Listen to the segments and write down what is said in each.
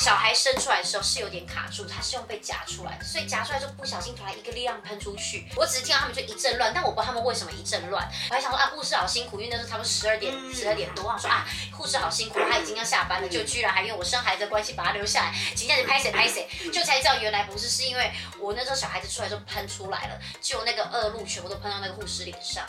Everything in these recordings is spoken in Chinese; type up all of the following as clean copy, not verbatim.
小孩生出来的时候是有点卡住，它是用被夹出来的，所以夹出来之后不小心突然一个力量喷出去，我只是听到他们就一阵乱，但我不知道他们为什么一阵乱，我还想说啊，护士好辛苦，因为那时候差不多12点多，我想说啊，护士好辛苦，他已经要下班了，就居然还因为我生孩子的关系把他留下来，紧接着拍谁，就才知道原来不是，是因为我那时候小孩子出来就喷出来了，就那个恶露全部都喷到那个护士脸上。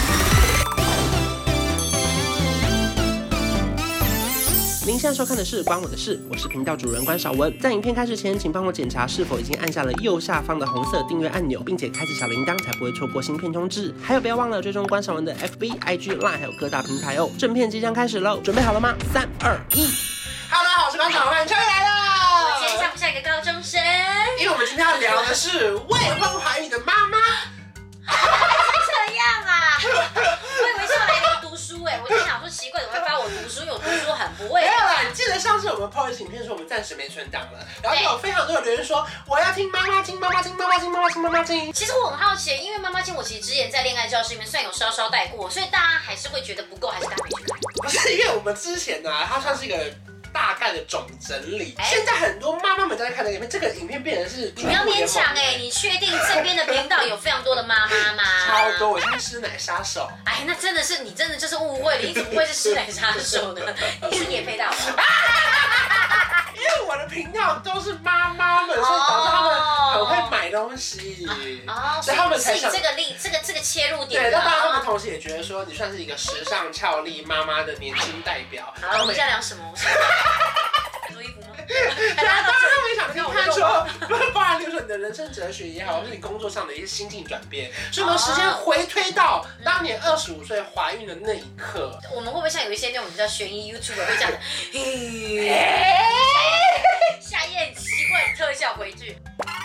您现在收看的是《关我的事》，我是频道主人关少文。在影片开始前，请帮我检查是否已经按下了右下方的红色订阅按钮，并且开启小铃铛，才不会错过新片通知。还有，不要忘了追踪关少文的 FB、IG、Line， 还有各大平台哦。正片即将开始喽，准备好了吗？3、2、1。Hello， 大家好，我是关少文，秋叶来了。 我今天像不像一个高中生？ 因为我们今天要聊的是未婚怀孕的妈妈。 这样啊？我以为是要来聊读书哎，我就想说奇怪，怎么会发我读书？因为我读书很不会。 没有啦，你记得上次我们 po 一影片说我们暂时没存档了，然后就有非常多的留言说我要听妈妈经，妈妈经，妈妈经，妈妈经，妈妈经。 其实我很好奇，因为妈妈经我其实之前在恋爱教室里面算有稍稍带过，所以大家还是会觉得不够，还是大家没去看？ 不是，因为我们之前呢，它算是一个大概的总整理。现在很多妈妈们都在看这个影片，这个影片变成是你不要勉强哎，你确定这边的频道有非常多的妈妈吗？ 超多，我现在师奶杀手。 哎，那真的是你真的就是误会了，你怎么会是师奶杀手呢？你是业配大王。 因为我的频道都是妈妈们，所以导致他们很会买东西，所以他们才想这个切入点。 对，那当然他们同时也觉得说你算是一个时尚俏丽妈妈的年轻代表。 好，我们现在聊什么？做衣服吗？ 对啊，当然他们也想听看说，包含例如说你的人生哲学也好，或是你工作上的一些心境转变，所以我们时间回推到当年25岁怀孕的那一刻。 我们会不会像有一些那种比较悬疑 YouTuber 会这样的？下一页很奇怪的特效回去。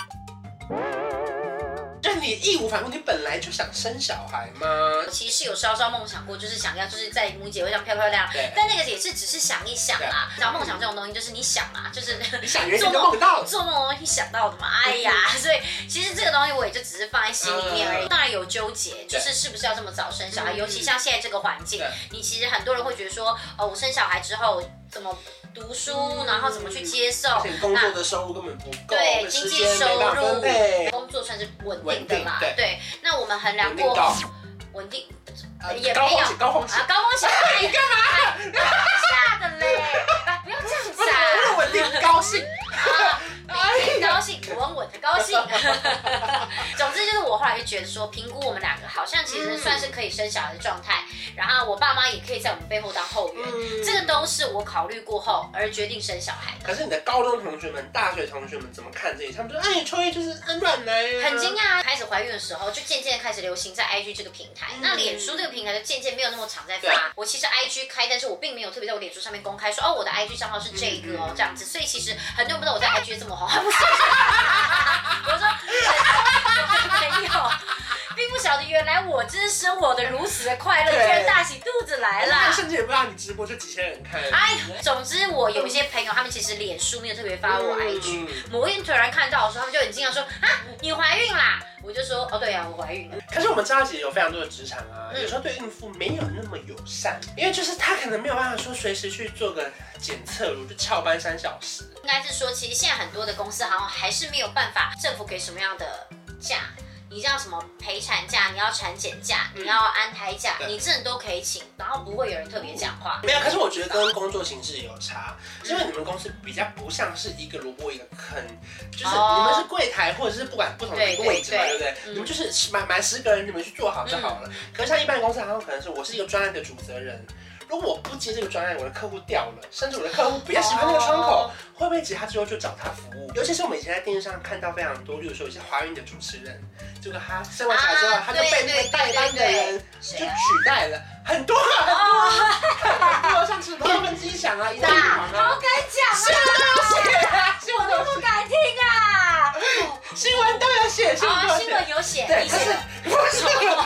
就是你义无反顾，你本来就想生小孩吗？ 我其实是有稍稍梦想过，就是想要就是在母姐会上漂漂亮亮，但那个也是只是想一想啦。你知道梦想这种东西就是你想嘛，就是你想原先就梦到了， 做梦的东西想到的嘛。哎呀，所以其实这个东西我也就只是放在心里面而已。当然有纠结，就是是不是要这么早生小孩，尤其像现在这个环境，你其实很多人会觉得说，哦，我生小孩之后怎么读书，然后怎么去接受， 而且工作的收入根本不够， 对，经济收入，工作算是稳定的嘛，对。那我们衡量过后，稳定也没有高风险， 高风险， 你干嘛？ 吓的嘞！不要这样子啊！ 不是稳定，高兴。 高兴，稳的高兴。总之就是我后来就觉得说，评估我们两个好像其实算是可以生小孩的状态，然后我爸妈也可以在我们背后当后援，这个都是我考虑过后而决定生小孩的。 可是你的高中同学们、大学同学们怎么看这一？他们说，哎，秋叶就是乱来啊。 很惊讶，开始怀孕的时候就渐渐开始流行在 IG 这个平台，那脸书这个平台就渐渐没有那么常在发。我其实 IG 开，但是我并没有特别在我脸书上面公开说，哦，我的 IG 账号是这个哦，这样子，所以其实很多人不知道我在 IG 这么红，不是。我说没有，并不晓得原来我真是生活的如此的快乐，居然大起肚子来了。 甚至也不知道你直播就几千人看。 哎，总之我有一些朋友，他们其实脸书没有特别发我 IG，某天突然看到的时候，他们就很惊讶说啊，你怀孕啦？我就说哦，对啊，我怀孕了。 可是我们知道，其实有非常多的职场啊，有时候对孕妇没有那么友善，因为就是他可能没有办法说随时去做个检测，就翘班3小时。 应该是说，其实现在很多的公司好像还是没有办法，政府给什么样的假。你要什么陪产假，你要产检假，你要安胎假，你真的都可以请，然后不会有人特别讲话。 没有，可是我觉得跟工作形式有差，是因为你们公司比较不像是一个萝卜一个坑，就是你们是柜台或者是不管不同的一个位置嘛，对不对？你们就是满10个人，你们去做好就好了。可是像一般公司好像可能是我是一个专案的主责人。如果我不接这个专案，我的客户掉了，甚至我的客户比较喜欢那个窗口，会不会接他之后就找他服务？尤其是我们以前在电视上看到非常多，例如说有些怀孕的主持人，结果他生完小孩之后，他就被那个代班的人就取代了，很多，像是罗芬机响啊，一大好敢讲啊， 新闻都有写啊，新闻都不敢听啊， 新闻都有写， 新闻有写， 对，可是不是，我也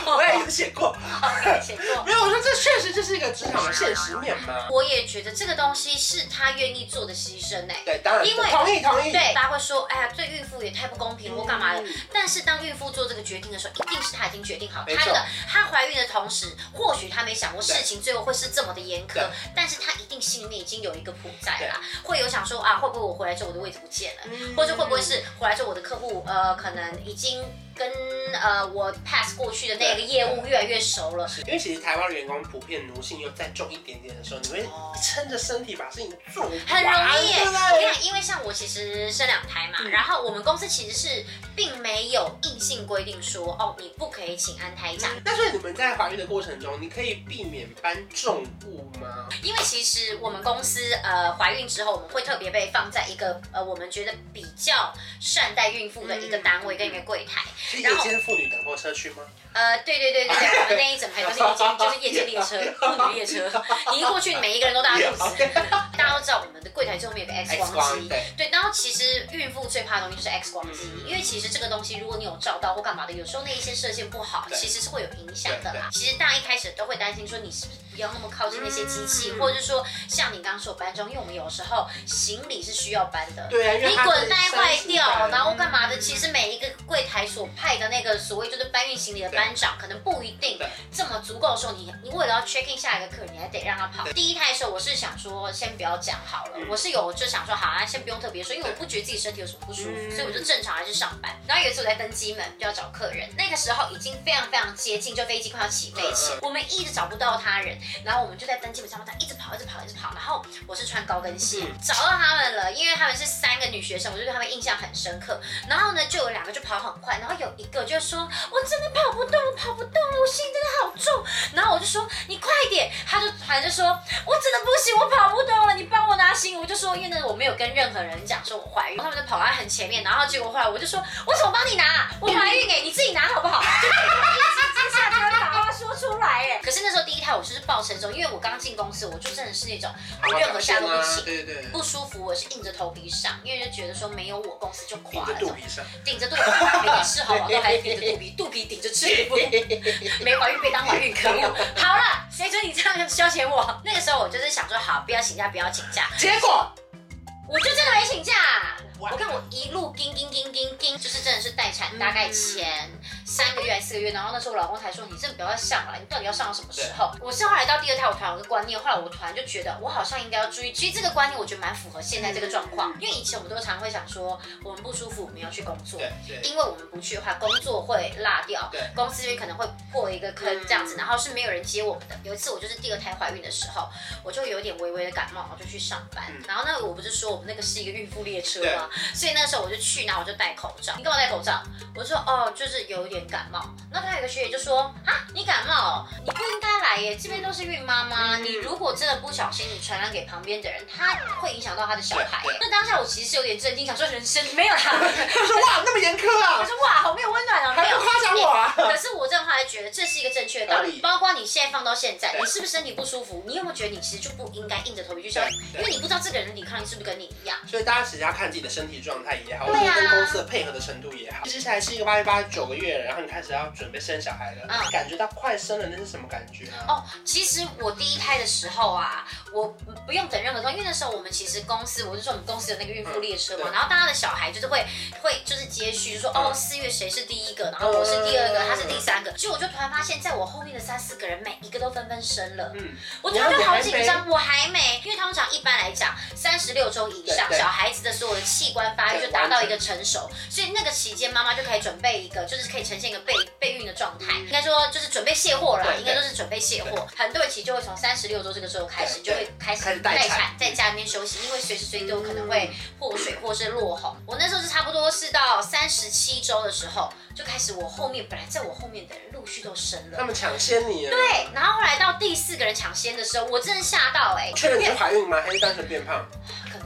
写过， 写过。 没有，我说这确实就是一个职场的现实面嘛。 我也觉得这个东西是他愿意做的牺牲对，当然， 因为同意。 对，大家会说，哎呀，对孕妇也太不公平或干嘛的。但是当孕妇做这个决定的时候，一定是她已经决定好，她怀孕的同时，或许她没想过事情最后会是这么的严苛，但是她一定心里面已经有一个谱在啦，会有想说啊，会不会我回来之后我的位置不见了，或者会不会是回来之后我的客户可能已经跟我 pass 过去的那个业务越来越熟了。 因为其实台湾的员工普遍奴性又再重一点点的时候，你会撑着身体把事情做完， 很容易耶。我跟你讲，因为像我其实生2胎嘛，然后我们公司其实是并没有硬性规定说哦你不可以请安胎假。 那所以你们在怀孕的过程中，你可以避免搬重物吗？ 因为其实我们公司怀孕之后，我们会特别被放在一个我们觉得比较善待孕妇的一个单位跟一个柜台。 是夜间妇女等候车区吗？ 对，我们那一整排都是就是夜间列车、妇女列车，你一过去，每一个人都大肚子。大家都知道我们的柜台最后面有个 X 光机，对。然后其实孕妇最怕的东西就是 X 光机，因为其实这个东西如果你有照到或干嘛的，有时候那一些射线不好，其实是会有影响的啦。其实大家一开始都会担心说你是不是不要那么靠近那些机器，或者是说像你刚刚说搬重，因为我们有时候行李是需要搬的， 对啊， 你滚带坏掉，然后干嘛的？其实每一个柜台所派的那个所谓就是搬运行李的班长，可能不一定这么足够的时候，你为了要 check in 下一个客人，你还得让他跑。第一胎的时候，我是想说先不要讲好了，我是有就想说好啊，先不用特别说，因为我不觉得自己身体有什么不舒服，所以我就正常还是上班。然后有一次我在登机门就要找客人，那个时候已经非常非常接近，就飞机快要起飞前，我们一直找不到他人，然后我们就在登机门上面一直跑，然后我是穿高跟鞋，找到他们了，因为他们是3个女学生，我就对他们印象很深刻。然后呢，就有2个就跑很快，然后有一个就说我真的跑不动了，我心真的好重。然后我就说你快点，他就反正就说我真的不行，我跑不动了，你帮我拿行李。我就说因为那我没有跟任何人讲说我怀孕，他们就跑在很前面，然后结果后来我就说我怎么帮你拿，我怀孕你自己拿好不好？就一气之下就会把话说出来可是那时候第一胎我就是抱成熟，因为我刚进公司，我就真的是那种我任何下都不行， 对， 不舒服我是硬着头皮上，因为就觉得说没有我公司就垮了。 顶着肚皮上， 顶着肚皮，每天吃好饱都还顶着肚皮，肚皮顶着吃，没怀孕被当怀孕，可恶！好了，谁准你这样消遣我？那个时候我就是想说好，不要请假，不要请假， 结果我就真的没请假。我看我一路盯，就是真的是待产大概前3个月还是4个月，然后那时候我老公才说你真的不要再上了，你到底要上到什么时候？我是后来到第2胎，我突然有个观念，后来我突然就觉得我好像应该要注意，其实这个观念我觉得蛮符合现在这个状况，因为以前我们都常会想说我们不舒服我们要去工作，因为我们不去的话工作会落掉，公司这边可能会破一个坑这样子，然后是没有人接我们的。有一次我就是第2胎怀孕的时候，我就有点微微的感冒，我就去上班，然后呢我不是说我们那个是一个孕妇列车吗？所以那时候我就去，然后我就戴口罩。你干嘛戴口罩？我就说哦，就是有一点感冒。然后他有个学姐就说啊，你感冒哦，你不应该来耶，这边都是孕妈妈，你如果真的不小心你传染给旁边的人，他会影响到他的小孩耶。那当下我其实是有点震惊，想说人生没有啦。 他说哇，那么严苛啊！ 我说哇，好没有温暖哦， 还不夸奖我啊！ 可是我这样后来觉得这是一个正确的道理，包括你现在放到现在，你是不是身体不舒服？你有没有觉得你其实就不应该硬着头皮去上？因为你不知道这个人的抵抗力是不是跟你一样。 所以大家其实要看自己的身体状态也好，或者跟公司的配合的程度也好。接下来是一个9个月了，然后你开始要准备生小孩了，感觉到快生了，那是什么感觉啊？ 哦，其实我第1胎的时候啊，我不用等任何东西，因为那时候我们其实公司，我就说我们公司有那个孕妇列车嘛，然后大家的小孩就是会就是接续，就说哦4月谁是第1个，然后我是第2个，他是第3个，所以我就突然发现，在我后面的3、4个人，每一个都纷纷生了，我突然就好紧张，我还没，因为通常一般来讲36周以上，小孩子的所有的器官发育就达到一个成熟，所以那个期间妈妈就可以准备一个，就是可以呈现一个备孕的状态，应该说就是准备卸货啦，应该都是准备卸货。很多人其实就会从36周这个时候开始，就会开始待产，在家里面休息，因为随时随地都可能会破水或是落红。我那时候是差不多是到37周的时候，就开始我后面本来在我后面的人陆续都生了， 他们抢先你了。 对，然后后来到第4个人抢先的时候，我真的吓到确认你是怀孕吗？还是单纯变胖？ 可能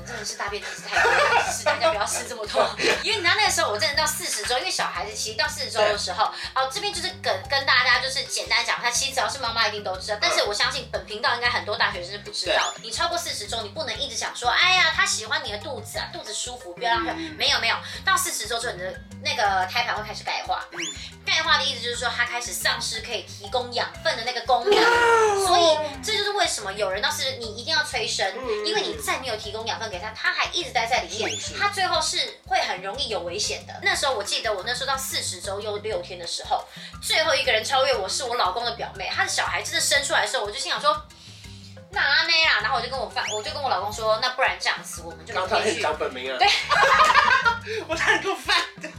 真的是大便真的是太多了，是大家不要试这么多。因为你知道那个时候我真的到40周，因为小孩子其实到40周的时候，这边就是跟大家就是简单讲一下，其实只要是妈妈一定都知道，但是我相信本频道应该很多大学生是不知道的。你超过40周，你不能一直想说，哎呀，他喜欢你的肚子啊，肚子舒服，不要让他。没有，到40周之后，你的那个胎盘会开始钙化。钙化的意思就是说，它开始丧失可以提供养分的那个功能，所以这就是为什么有人到40，你一定要催生，因为你再没有提供养分给他，他还一直待在里面，他最后是会很容易有危险的。那时候我记得我那时候到40周又6天的时候，最后一个人超越我是我老公的表妹，她的小孩真的生出来的时候，我就心想说。哪呢啦？然后我就跟我老公说，那不然这样子，我们就明天去。 讲本名啊。 对。 我差点给我翻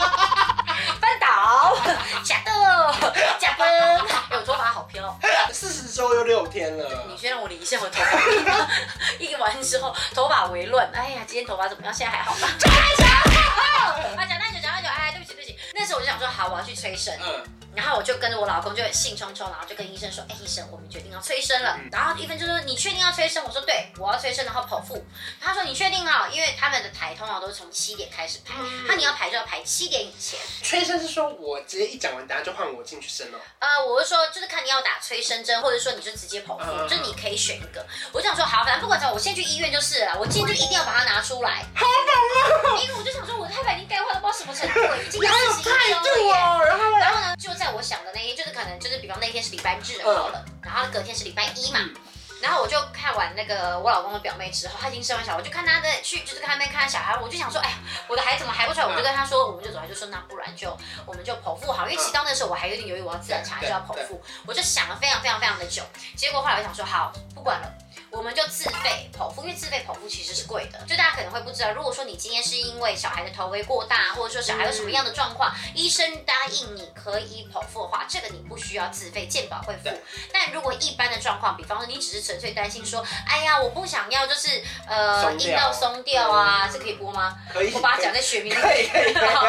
倒，假崩。我头发好飘。 40周又6天了。 你先让我理一下我头发。一完之后，头发微乱。哎呀，今天头发怎么样？现在还好吗？讲太久，哎，对不起。那时候我就想说，好，我要去催生。然后我就跟着我老公就兴冲冲，然后就跟医生说，医生，我们决定要催生了。然后医生就说，你确定要催生？我说对，我要催生，然后剖腹。他说你确定哈？因为他们的排通常都是从7点开始排，你要排就要排7点以前。 催生是说我直接一讲完，等下就换我进去生了。 我是说就是看你要打催生针，或者说你就直接剖腹，就你可以选一个。我就想说好，反正不管怎么，我先去医院就是了。我今天就一定要把它拿出来。 好猛啊！ 因为我就想说，我的胎盘已经钙化到不知道什么程度了，已经40周了耶。然后呢，就在我想的那一天，就是可能就是比方那天是礼拜日好了，然后隔天是礼拜1嘛。然后我就看完那个我老公的表妹之后，他已经生完小孩，我就看他的就是看那边看小孩，我就想说，哎呀，我的孩子怎么还不出来？我就跟他说，我们就走，他就说那不然我们就剖腹好，因为其实到那时候我还有点犹豫，我要自然产还是要剖腹，我就想了非常的久，结果后来我想说，好，不管了。我们就自费剖腹，因为自费剖腹其实是贵的。就大家可能会不知道，如果说你今天是因为小孩的头围过大，或者说小孩有什么样的状况，医生答应你可以剖腹的话，这个你不需要自费，健保会付。但如果一般的状况，比方说你只是纯粹担心说，哎呀，我不想要就是阴道松掉啊，这可以播吗？ 可以。 我把它讲在学名里。 可以。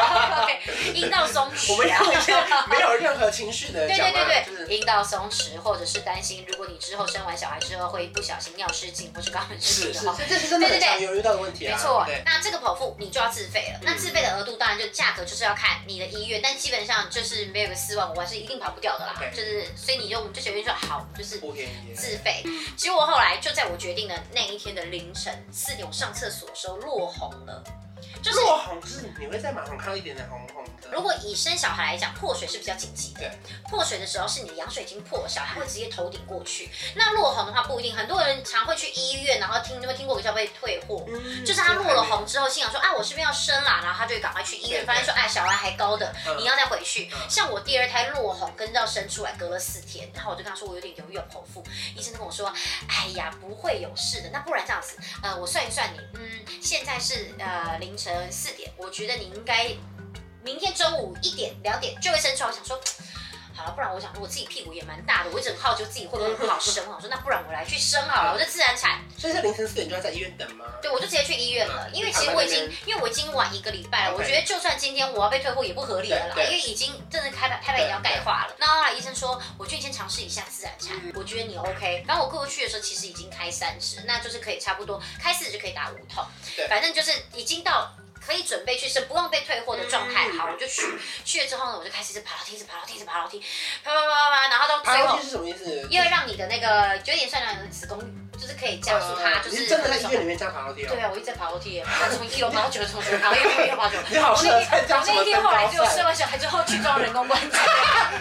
OK， 阴道松弛。 我们用一些没有任何情绪的讲法。 对，阴道松弛，或者是担心，如果你之后生完小孩之后会不小心尿失禁或是肛门失禁的话， 这是真的很常有遇到的问题啊。 没错，那这个剖腹你就要自费了。那自费的额度当然就价格就是要看你的医院，但基本上就是没有个4万5万是一定跑不掉的啦。就是所以我们就决定说好，就是自费。结果后来就在我决定的那一天的凌晨4点，我上厕所的时候落红了。 就是落红是你会在马桶看到一点点红红的。 如果以生小孩来讲，破水是比较紧急的。破水的时候是你的羊水已经破了，小孩会直接头顶过去。那落红的话不一定，很多人常会去医院，然后你有没有听过有叫被退货？就是他落了红之后，心想说啊，我是不是要生啦？然后他就会赶快去医院，发现说哎，小孩还高的，你要再回去。像我第2胎落红跟到生出来隔了4天，然后我就跟他说我有点犹豫要剖腹，医生就跟我说，哎呀，不会有事的。那不然这样子，我算一算你，现在是凌晨4点，我觉得你应该明天中午1点2点就会生出来。我想说，好了，不然我想说我自己屁股也蛮大的，我一直很好奇自己会不会不好生。我想说那不然我来去生好了，我就自然产。 所以在凌晨4点就要在医院等吗？ 对，我就直接去医院了，因为其实我已经晚1个礼拜了，我觉得就算今天我要被退货也不合理了啦，因为已经真的胎盘已经要钙化了。那后来医生说，我觉得你先尝试一下自然产，我觉得你 OK。然后我过去的时候其实已经开30，那就是可以差不多开40就可以打无痛，反正就是已经到。可以准备去生，不用被退货的状态。好，我就去了之后呢，我就开始一直爬楼梯，啪，然后到最后。 爬楼梯是什么意思？ 因为让你的那个有点像你的子宫，就是可以加速它，就是。 你真的在医院里面这样爬楼梯哦？ 对啊，我一直在爬楼梯，从1楼爬到9楼，从9楼爬到1楼爬到9楼。 你好适合参加什么？ 我那天后来就生完小孩之后去装人工关节。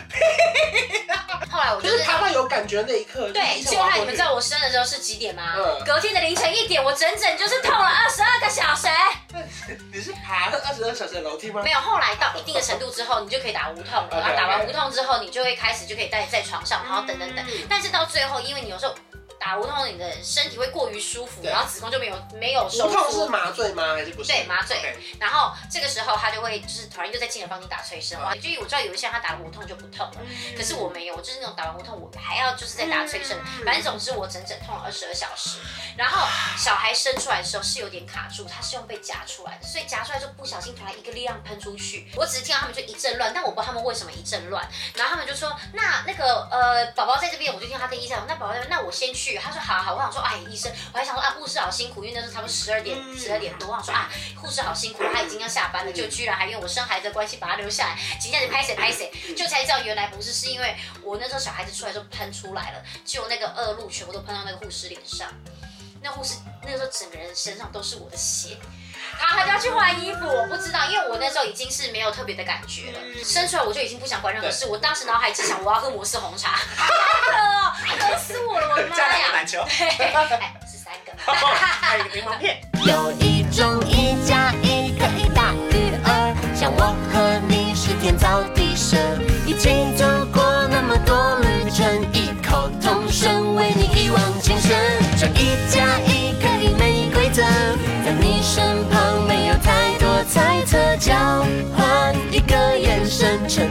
后来我就是爬到有感觉那一刻。 对，结果你们知道我生的时候是几点吗？隔天的凌晨1点，我整就是痛了22个小时。 你是爬了22小时的楼梯吗？ 没有，后来到一定的程度之后，你就可以打无痛了。然后打完无痛之后，你就会开始就可以在床上，然后等。但是到最后，因为你有时候打无痛，你的身体会过于舒服，然后子宫就没有收缩。 无痛是麻醉吗？还是不是？ 对，麻醉。然后这个时候他就会就是突然就在进而帮你打催生。就我知道有一些他打了无痛就不痛了，可是我没有，我就是那种打完无痛我还要就是在打催生。反正总之我整痛了22小时。然后小孩生出来的时候是有点卡住，他是用被夹出来的，所以夹出来就不小心突然一个力量喷出去。我只是听到他们就一阵乱，但我不知道他们为什么一阵乱。然后他们就说那个宝宝在这边，我就听他跟医生说，那宝宝在这边，那我先去去。他说好好，我想说哎医生，我还想说啊护士好辛苦，因为那时候差不多12点多，我想说啊护士好辛苦，他已经要下班了，就居然还因为我生孩子的关系把他留下来，今天拍谁，就才知道原来不是，是因为我那时候小孩子出来就喷出来了，就那个恶露全部都喷到那个护士脸上，那护士那个时候整个人身上都是我的血。他就要去换衣服，我不知道，因为我那时候已经是没有特别的感觉了，生出来我就已经不想管任何事，我当时脑海只想我要喝摩斯红茶，好渴哦，渴死我了，我的妈呀！ 加篮球， 对，是3个， 还有一个柠檬片。 有一种1+1可以大于2，像我和你是天造地设，一起走过那么多旅程，异口同声为你一往情深。这1+1可以没规则，在你身旁没有太多猜测，交换一个眼神，诚